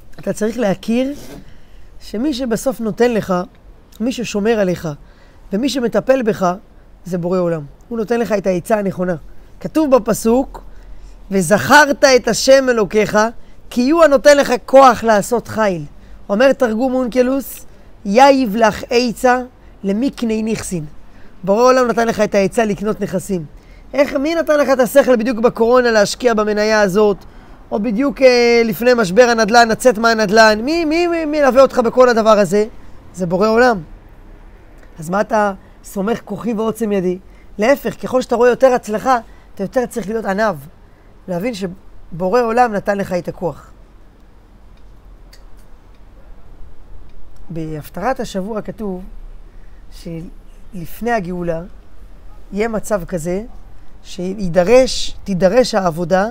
אתה צריך להכיר שמי שבסוף נותן לך, מי ששומר עליך, ומי שמטפל בך, זה בורא עולם. הוא נותן לך את העצה הנכונה. כתוב בפסוק, וזכרת את השם אלוקיך, כי הוא הנותן לך כוח לעשות חיל. אומר תרגום אונקלוס, יאיב לך עצה למקני נכסין. בורא עולם נתן לך את העצה לקנות נכסים. מי נתן לך את השכל בדיוק בקורונה להשקיע במניה הזאת? או בדיוק לפני משבר הנדל"ן, לצאת מהנדל"ן? מי מלווה אותך בכל הדבר הזה? זה בורא עולם. אז מה אתה סומך כוחי ועוצם ידי? להפך, ככל שאתה רואה יותר הצלחה, אתה יותר צריך להיות ענב. להבין שבורא עולם נתן לך את הכוח. בהפטרת השבוע כתוב שלפני הגאולה יהיה מצב כזה שתידרש העבודה,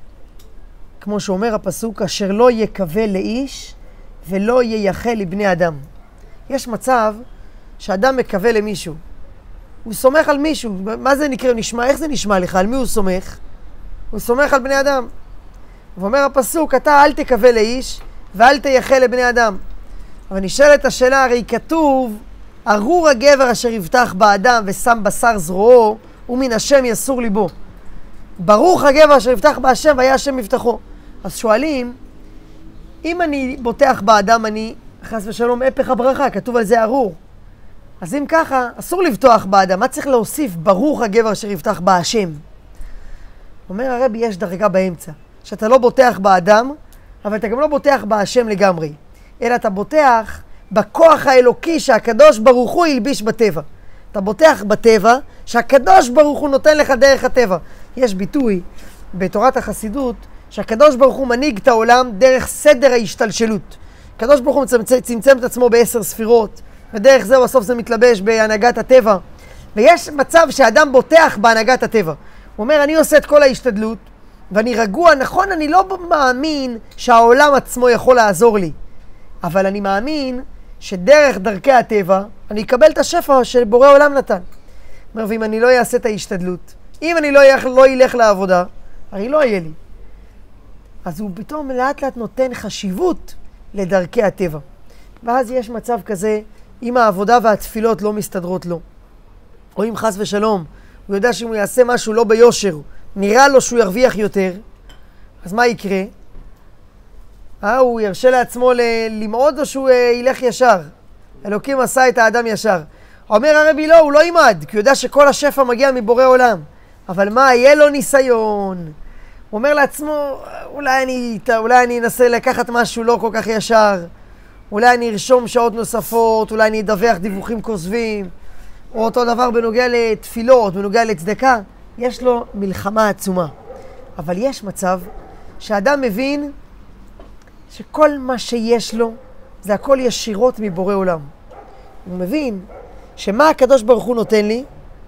כמו שאומר הפסוק, אשר לא יקווה לאיש ולא ייחל לבני אדם. יש מצב שאדם מקווה למישהו, הוא סומך על מישהו. מה זה נשמע? איך זה נשמע לך? על מי הוא סומך? הוא סומך על בני אדם. ואומר הפסוק, אתה אל תקווה לאיש ואל תייחל לבני אדם. אבל נשאלת השאלה, הרי כתוב, ארור הגבר אשר יבטח באדם ושם בשר זרועו, ומן השם יסור ליבו. ברוך הגבר אשר יבטח בהשם והיה השם מבטחו. אז שואלים, אם אני בוטח באדם, אני חס ושלום הפך הברכה, כתוב על זה ארור. אז אם ככה, אסור לבטוח באדם. מה צריך להוסיף? ברוך הגבר אשר יבטח בהשם. אומר הרבי, יש דרגה באמצע, שאתה לא בוטח באדם, אבל אתה גם לא בוטח בהשם לגמרי, אלא אתה בוטח בכוח האלוקי שהקדוש ברוך הוא ילביש בטבע. אתה בוטח בטבע שהקדוש ברוך הוא נותן לך דרך הטבע. יש ביטוי בתורת החסידות שהקדוש ברוך הוא מנהיג את העולם דרך סדר ההשתלשלות. הקדוש ברוך הוא צמצם את עצמו ב10 ספירות, ודרך זה בסוף זה מתלבש בהנהגת הטבע. ויש מצב שאדם בוטח בהנהגת הטבע. הוא אומר, אני עושה את כל ההשתדלות, ואני רגוע. נכון, אני לא מאמין שהעולם עצמו יכול לעזור לי, אבל אני מאמין שדרך דרכי הטבע אני אקבל את השפע שבורא עולם נתן. אומר, ואם אני לא אעשה את ההשתדלות, אם אני לא ילך לעבודה, הרי לא יהיה לי. אז הוא פתאום לאט לאט נותן חשיבות לדרכי הטבע. ואז יש מצב כזה, אם העבודה והתפילות לא מסתדרות לו, או אם חס ושלום, הוא יודע שאם הוא יעשה משהו לא ביושר, נראה לו שהוא ירוויח יותר, אז מה יקרה? הוא ירשה לעצמו למעוד או שהוא ילך ישר? אלוקים עשה את האדם ישר. אומר הרבי לא, הוא לא יימד, כי הוא יודע שכל השפע מגיע מבורא עולם. אבל מה, יהיה לו ניסיון. הוא אומר לעצמו, אולי אני אנסה לקחת משהו לא כל כך ישר, אולי אני ארשום שעות נוספות, אולי אני אדווח דיווחים כוזבים, או אותו דבר בנוגע לתפילות, בנוגע לצדקה. יש לו מלחמה עצומה. אבל יש מצב שאדם מבין שכל מה שיש לו זה הכל ישירות מבורא עולם. הוא מבין שמה הקדוש ברוך הוא נותן לי?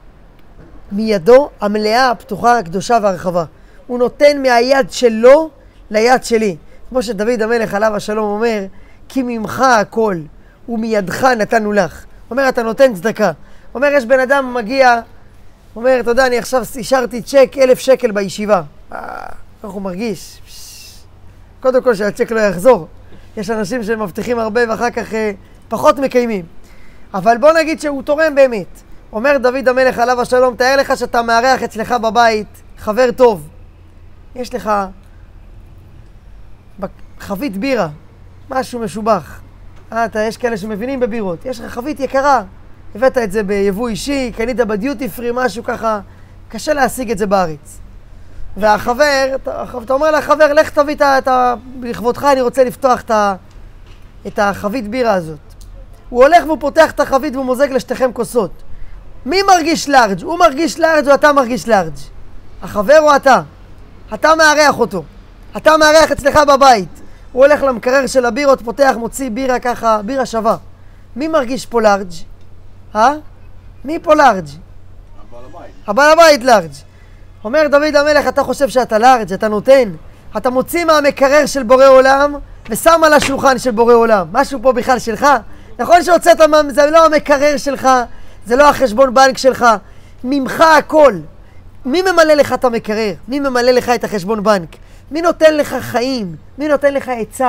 מידו המלאה, הפתוחה, הקדושה והרחבה. הוא נותן מהיד שלו ליד שלי. כמו שדוד המלך עליו השלום אומר, כי ממך הכל ומידך נתנו לך. אומר, אתה נותן צדקה. אומר, יש בן אדם מגיע, אומר, אתה יודע, אני עכשיו השארתי צ'ק 1,000 שקל בישיבה. איך הוא מרגיש? קודם כל שהצ'ק לא יחזור. יש אנשים שמבטיחים הרבה ואחר כך פחות מקיימים. אבל בוא נגיד שהוא תורם באמת. אומר דוד המלך עליו השלום, תאר לך שאתה מארח אצלך בבית חבר טוב. יש לך חבית בירה, משהו משובח. יש כאלה שמבינים בבירות. יש לך חבית יקרה. הבאת את זה ביבוא אישי, קנית בדיוטי פרי, משהו ככה. קשה להשיג את זה בארץ. והחבר, אתה אומר לחבר, לך תביא לכבודך, אני רוצה לפתוח את החבית בירה הזאת. הוא הולך והוא פותח את החבית והוא מוזג לשתיכם כוסות. מי מרגיש לארג'? הוא מרגיש לארג' או אתה מרגיש לארג'? החבר או אתה? אתה מארח אותו. אתה מארח אצלך בבית. הוא הולך למקרר של הבירות, פותח, מוציא בירה ככה, בירה שווה. מי מרגיש פה לארג'? מי פה לארג'? הבעל הבית לארג'. אומר דוד המלך, אתה חושב שאתה לארג', אתה נותן. אתה מוציא מהמקרר של בורא עולם ושם על השולחן של בורא עולם. משהו פה בכלל שלך? נכון שהוצאת, זה לא המקרר שלך, זה לא החשבון בנק שלך. ממך הכל. מי ממלא לך את המקרר? מי ממלא לך את החשבון בנק? מי נותן לך חיים? מי נותן לך עצה?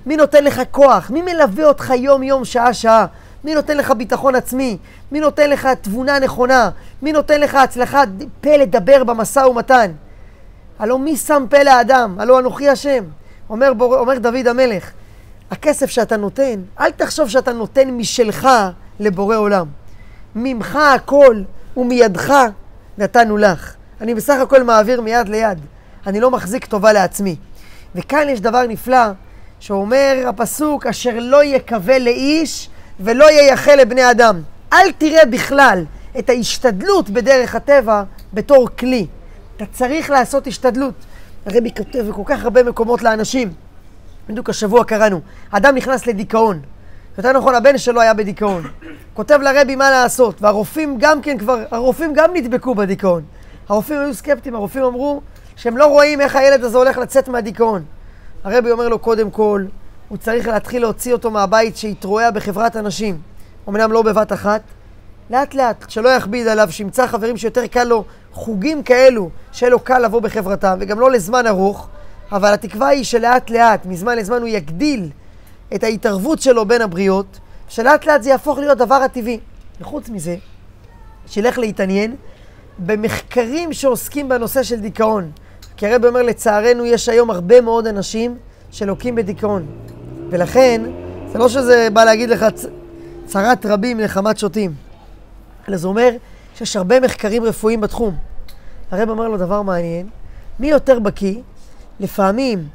מי נותן לך כוח? מי מלווה אותך יום יום, שעה שעה? מי נותן לך ביטחון עצמי? מי נותן לך תבונה נכונה? מי נותן לך הצלחה פה לדבר במשא ומתן? הלא מי שם פה לאדם? הלא אנוכי השם. אומר דוד המלך, הכסף שאתה נותן, אל תחשוב שאתה נותן משלך לבורא עולם. ממך הכל ומידך נתנו לך. אני בסך הכל מעביר מיד ליד. אני לא מחזיק טובה לעצמי. וכאן יש דבר נפלא, שאומר הפסוק, אשר לא יקווה לאיש ולא ייחל לבני אדם. אל תראה בכלל את ההשתדלות בדרך הטבע בתור כלי. אתה צריך לעשות השתדלות. הרבי כותב בכל כך הרבה מקומות לאנשים. בדיוק השבוע קראנו, אדם נכנס לדיכאון. יותר נכון, הבן שלו היה בדיכאון. כותב לרבי מה לעשות, והרופאים גם כן כבר, הרופאים גם נדבקו בדיכאון. הרופאים היו סקפטיים, הרופאים אמרו שהם לא רואים איך הילד הזה הולך לצאת מהדיכאון. הרבי אומר לו, קודם כל, הוא צריך להתחיל להוציא אותו מהבית שהתרועע בחברת אנשים. אמנם לא בבת אחת, לאט לאט, שלא יכביד עליו, שימצא חברים שיותר קל לו, חוגים כאלו, שיהיה לו קל לבוא בחברתם, וגם לא לזמן ארוך, אבל התקווה היא שלאט לאט, מזמן לזמן הוא יגדיל את ההתערבות שלו בין הבריות, שלאט לאט זה יהפוך להיות דבר הטבעי. וחוץ מזה, שילך להתעניין במחקרים שעוסקים בנושא של דיכאון. כי הרב אומר, לצערנו יש היום הרבה מאוד אנשים שלוקים בדיכאון. ולכן, זה לא שזה בא להגיד לך צרת רבים נחמת שוטים. אלא זה אומר שיש הרבה מחקרים רפואיים בתחום. הרב אומר לו דבר מעניין, מי יותר בקיא? לפעמים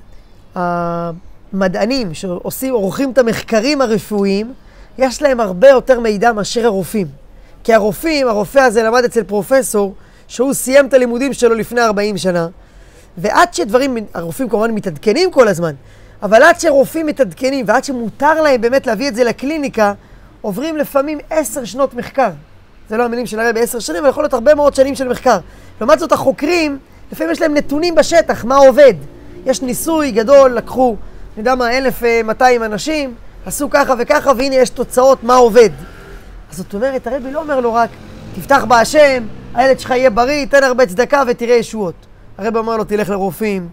המדענים שעורכים את המחקרים הרפואיים, יש להם הרבה יותר מידע מאשר הרופאים. כי הרופא הזה למד אצל פרופסור, שהוא סיים את הלימודים שלו לפני 40 שנה, ועד שדברים, הרופאים כמובן מתעדכנים כל הזמן, אבל עד שרופאים מתעדכנים, ועד שמותר להם באמת להביא את זה לקליניקה, עוברים לפעמים 10 שנות מחקר. זה לא המילים של הרב, 10 שנים, אבל יכול להיות הרבה מאוד שנים של מחקר. לעומת זאת, החוקרים, לפעמים יש להם נתונים בשטח, מה עובד. יש ניסוי גדול, לקחו, אני יודע מה, 1,200 אנשים, עשו ככה וככה, והנה יש תוצאות, מה עובד. אז זאת אומרת, הרבי לא אומר לו רק, תפתח בהשם, הילד שלך יהיה בריא, תן הרבה צדקה ותראה ישועות. הרבי אומר לו, תלך לרופאים,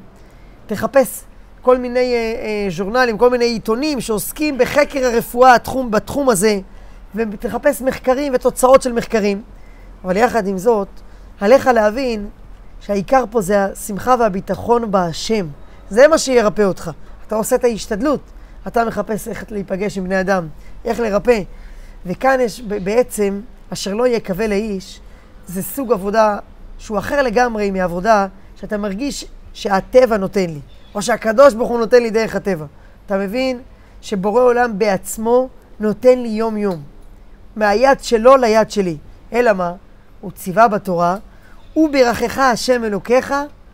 תחפש כל מיני ז'ורנלים, כל מיני עיתונים שעוסקים בחקר הרפואה בתחום הזה, ותחפש מחקרים ותוצאות של מחקרים. אבל יחד עם זאת, עליך להבין שהעיקר פה זה השמחה והביטחון בהשם. זה מה שירפא אותך. אתה עושה את ההשתדלות, אתה מחפש איך להיפגש עם בני אדם, איך לרפא. וכאן יש בעצם, אשר לא יקווה לאיש, זה סוג עבודה שהוא אחר לגמרי מהעבודה שאתה מרגיש שהטבע נותן לי, או שהקדוש ברוך הוא נותן לי דרך הטבע. אתה מבין שבורא עולם בעצמו נותן לי יום יום, מהיד שלו ליד שלי. אלא מה? הוא ציווה בתורה, וברכך השם אלוקיך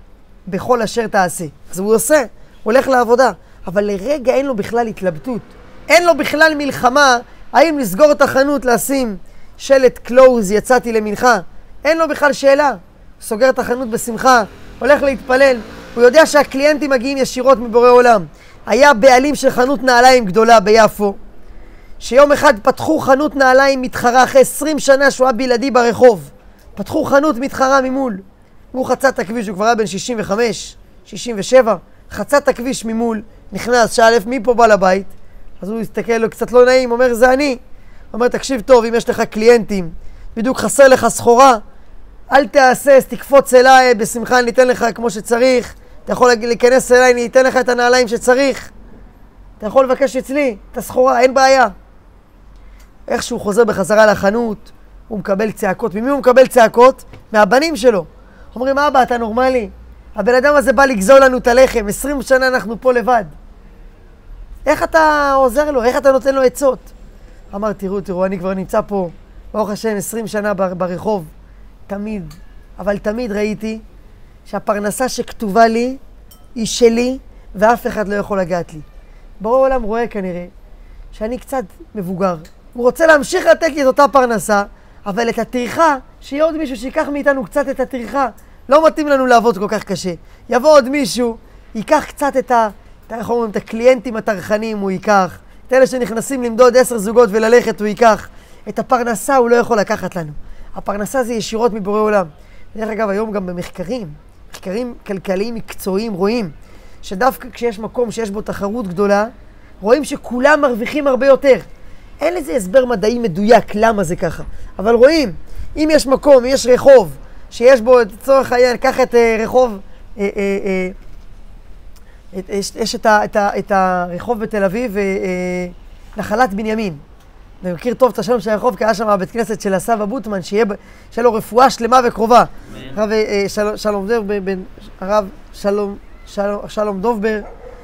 בכל אשר תעשה. אז הוא עושה, הוא הולך לעבודה, אבל לרגע אין לו בכלל התלבטות. אין לו בכלל מלחמה, האם לסגור את החנות, לשים שלט קלוז, יצאתי למנחה. אין לו בכלל שאלה. הוא סוגר את החנות בשמחה, הולך להתפלל. הוא יודע שהקליינטים מגיעים ישירות מבורא עולם. היה בעלים של חנות נעליים גדולה ביפו, שיום אחד פתחו חנות נעליים מתחרה אחרי 20 שנה שהוא היה בלעדי ברחוב. פתחו חנות מתחרה ממול. הוא חצה את הכביש, הוא כבר היה בן 65, 67, חצה את הכביש ממול, נכנס, שאל מי פה בא לבית? אז הוא הסתכל לו קצת לא נעים, אומר זה אני. הוא אומר תקשיב טוב, אם יש לך קליינטים, בדיוק חסר לך סחורה, אל תעשס, תקפוץ אליי, בשמחה אני אתן לך כמו שצריך, אתה יכול להיכנס אליי, אני אתן לך את הנעליים שצריך, אתה יכול לבקש אצלי את הסחורה, אין בעיה. איך שהוא חוזר בחזרה לחנות, הוא מקבל צעקות. ממי הוא מקבל צעקות? מהבנים שלו. אומרים, אבא, אתה נורמלי? הבן אדם הזה בא לגזול לנו את הלחם, 20 שנה אנחנו פה לבד. איך אתה עוזר לו? איך אתה נותן לו עצות? אמר, תראו, אני כבר נמצא פה, ברוך השם, 20 שנה ברחוב. תמיד, אבל תמיד ראיתי שהפרנסה שכתובה לי היא שלי, ואף אחד לא יכול לגעת לי. ברור העולם רואה כנראה שאני קצת מבוגר. הוא רוצה להמשיך לתת לי את אותה פרנסה, אבל את הטרחה, שיהיה עוד מישהו שיקח מאיתנו קצת את הטרחה. לא מתאים לנו לעבוד כל כך קשה. יבוא עוד מישהו, ייקח קצת את הקליינטים הטרחנים, הוא ייקח. את אלה שנכנסים למדוד 10 זוגות וללכת, הוא ייקח. את הפרנסה הוא לא יכול לקחת לנו. הפרנסה זה ישירות מבורא עולם. דרך אגב, היום גם במחקרים, מחקרים כלכליים מקצועיים רואים, שדווקא כשיש מקום שיש בו תחרות גדולה, רואים שכולם מרוויחים הרבה יותר. אין לזה הסבר מדעי מדויק למה זה ככה. אבל רואים, אם יש מקום, יש רחוב, שיש בו, לצורך העניין, קח את רחוב, יש את הרחוב בתל אביב, נחלת בנימין. אני מכיר טוב את השם של הרחוב, כי היה שם הבית כנסת של הסבא בוטמן, שיהיה לו רפואה שלמה וקרובה. הרב שלום דובר, הרב שלום דובר,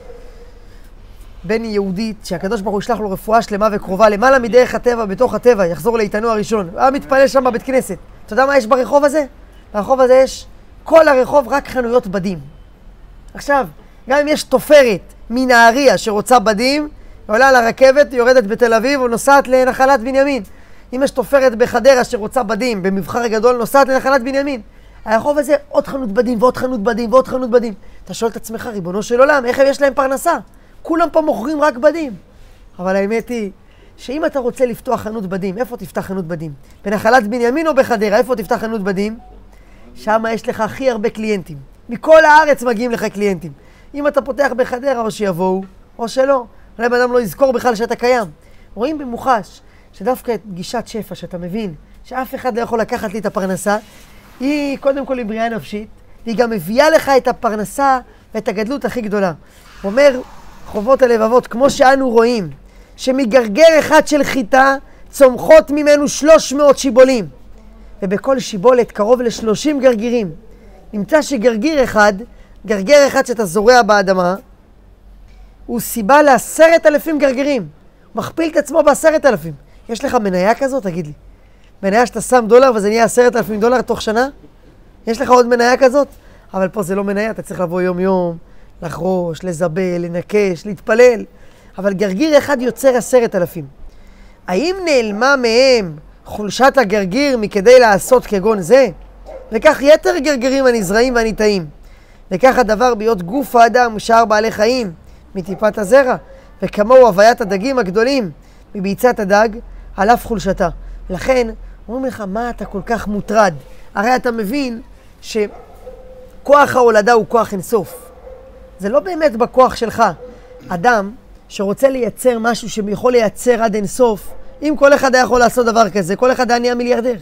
בן יהודית, שהקדוש ברוך הוא ישלח לו רפואה שלמה וקרובה, למעלה מדרך הטבע, בתוך הטבע, יחזור לאיתנו הראשון. היה מתפלל שם בבית כנסת. אתה יודע מה יש ברחוב הזה? ברחוב הזה יש כל הרחוב רק חנויות בדים. עכשיו, גם אם יש תופרת מנהריה שרוצה בדים, היא עולה לרכבת, היא יורדת בתל אביב ונוסעת לנחלת בנימין. אם יש תופרת בחדרה שרוצה בדים, במבחר גדול, נוסעת לנחלת בנימין. הרחוב הזה עוד חנות בדים ועוד חנות בדים ועוד חנות בדים. אתה שואל את עצמך, ריבונו של עולם, איך יש להם פרנסה? כולם פה מוכרים רק בדים. אבל האמת היא שאם אתה רוצה לפתוח חנות בדים, איפה תפתח חנות בדים? בנחלת בנימין או בחדרה? איפה תפתח חנות בדים? שם יש לך הכי הרבה קליינטים. מכל הארץ מגיעים לך קליינטים. אם אתה פותח בחדרה, או שיבואו, או שלא. אולי בן לא יזכור בכלל שאתה קיים. רואים במוחש שדווקא את גישת שפע, שאתה מבין שאף אחד לא יכול לקחת לי את הפרנסה, היא קודם כל היא בריאה נפשית, והיא גם מביאה לך את הפרנסה ואת הגדלות הכי גדולה. הוא אומר, חובות הלבבות, כמו שאנו רואים, שמגרגר אחד של חיטה צומחות ממנו 300 שיבולים, ובכל שיבולת קרוב ל30 גרגירים. נמצא שגרגיר אחד, גרגר אחד שאתה זורע באדמה, הוא סיבה ל10,000 גרגירים. הוא מכפיל את עצמו ב10,000. יש לך מניה כזאת? תגיד לי. מניה שאתה שם דולר וזה נהיה 10,000 דולר תוך שנה? יש לך עוד מניה כזאת? אבל פה זה לא מניה, אתה צריך לבוא יום יום, לחרוש, לזבל, לנקש, להתפלל. אבל גרגיר אחד יוצר 10,000. האם נעלמה מהם חולשת הגרגיר מכדי לעשות כגון זה? וכך יתר גרגירים הנזרעים והניטעים. וכך הדבר ביות גוף האדם ושאר בעלי חיים מטיפת הזרע, וכמוהו הוויית הדגים הגדולים מביצת הדג על אף חולשתה. לכן אומרים לך, מה אתה כל כך מוטרד? הרי אתה מבין שכוח ההולדה הוא כוח אינסוף. זה לא באמת בכוח שלך. אדם שרוצה לייצר משהו שיכול לייצר עד אינסוף, אם כל אחד היה יכול לעשות דבר כזה, כל אחד היה נהיה מיליארדר.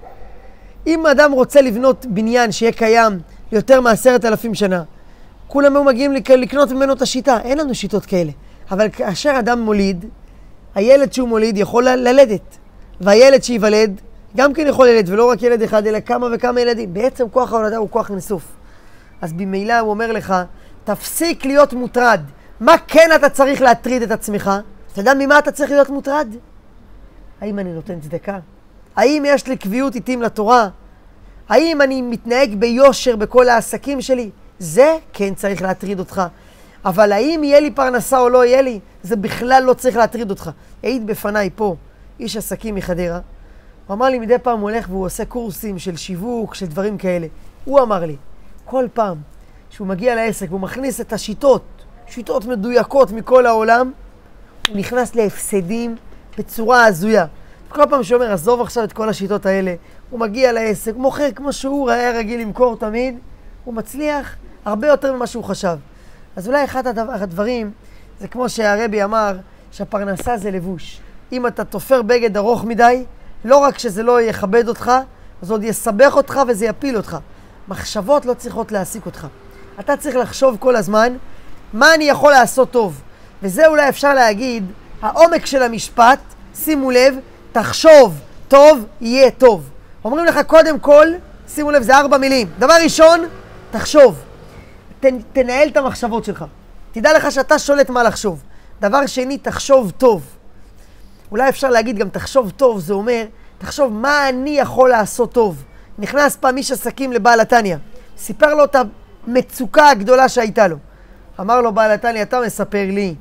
אם אדם רוצה לבנות בניין שיהיה קיים יותר מ10,000 שנה, כולם היו מגיעים לקנות ממנו את השיטה. אין לנו שיטות כאלה. אבל כאשר אדם מוליד, הילד שהוא מוליד יכול ללדת. והילד שיוולד גם כן יכול ללדת, ולא רק ילד אחד, אלא כמה וכמה ילדים. בעצם כוח ההולדה הוא כוח אינסוף. אז במילא הוא אומר לך, תפסיק להיות מוטרד. מה כן אתה צריך להטריד את עצמך? אתה יודע ממה אתה צריך להיות מוטרד? האם אני נותן צדקה? האם יש לי קביעות עיתים לתורה? האם אני מתנהג ביושר בכל העסקים שלי? זה כן צריך להטריד אותך. אבל האם יהיה לי פרנסה או לא יהיה לי? זה בכלל לא צריך להטריד אותך. העיד בפניי פה איש עסקים מחדרה. הוא אמר לי, מדי פעם הוא הולך והוא עושה קורסים של שיווק, של דברים כאלה. הוא אמר לי, כל פעם שהוא מגיע לעסק והוא מכניס את השיטות, שיטות מדויקות מכל העולם, הוא נכנס להפסדים בצורה הזויה. כל פעם שהוא אומר, עזוב עכשיו את כל השיטות האלה, הוא מגיע לעסק, מוכר כמו שהוא היה רגיל למכור תמיד, הוא מצליח הרבה יותר ממה שהוא חשב. אז אולי אחד הדברים, זה כמו שהרבי אמר, שהפרנסה זה לבוש. אם אתה תופר בגד ארוך מדי, לא רק שזה לא יכבד אותך, זה עוד יסבך אותך וזה יפיל אותך. מחשבות לא צריכות להעסיק אותך. אתה צריך לחשוב כל הזמן, מה אני יכול לעשות טוב. וזה אולי אפשר להגיד, העומק של המשפט, שימו לב, תחשוב טוב, יהיה טוב. אומרים לך קודם כל, שימו לב, זה 4 מילים. דבר ראשון, תחשוב. תנהל את המחשבות שלך. תדע לך שאתה שולט מה לחשוב. דבר שני, תחשוב טוב. אולי אפשר להגיד גם תחשוב טוב, זה אומר, תחשוב מה אני יכול לעשות טוב. נכנס פעם איש עסקים לבעל התניא. סיפר לו את המצוקה הגדולה שהייתה לו. אמר לו בעל התניא, אתה מספר לי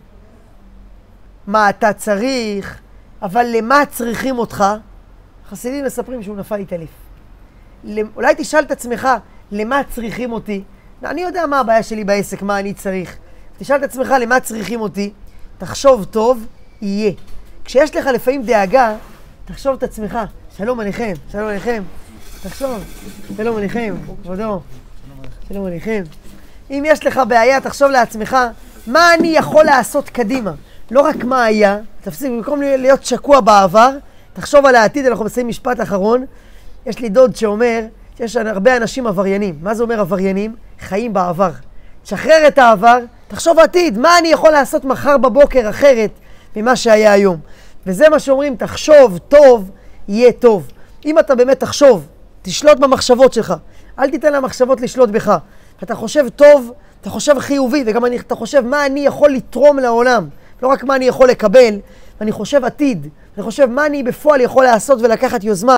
מה אתה צריך, אבל למה צריכים אותך? חסידים מספרים שהוא נפל התעליף. אולי תשאל את עצמך, למה צריכים אותי? אני יודע מה הבעיה שלי בעסק, מה אני צריך. תשאל את עצמך, למה צריכים אותי? תחשוב טוב, יהיה. כשיש לך לפעמים דאגה, תחשוב את עצמך, שלום עליכם, שלום עליכם. תחשוב, שלום עליכם, כבודו, שלום עליכם. אם יש לך בעיה, תחשוב לעצמך, מה אני יכול לעשות קדימה? לא רק מה היה, תפסיק, במקום להיות שקוע בעבר, תחשוב על העתיד. אנחנו מסיים משפט אחרון. יש לי דוד שאומר, שיש הרבה אנשים עבריינים. מה זה אומר עבריינים? חיים בעבר. תשחרר את העבר, תחשוב עתיד, מה אני יכול לעשות מחר בבוקר אחרת ממה שהיה היום. וזה מה שאומרים, תחשוב טוב, יהיה טוב. אם אתה באמת תחשוב, תשלוט במחשבות שלך, אל תיתן למחשבות לשלוט בך. אתה חושב טוב, אתה חושב חיובי, וגם אתה חושב מה אני יכול לתרום לעולם. לא רק מה אני יכול לקבל, אני חושב עתיד, אני חושב מה אני בפועל יכול לעשות ולקחת יוזמה.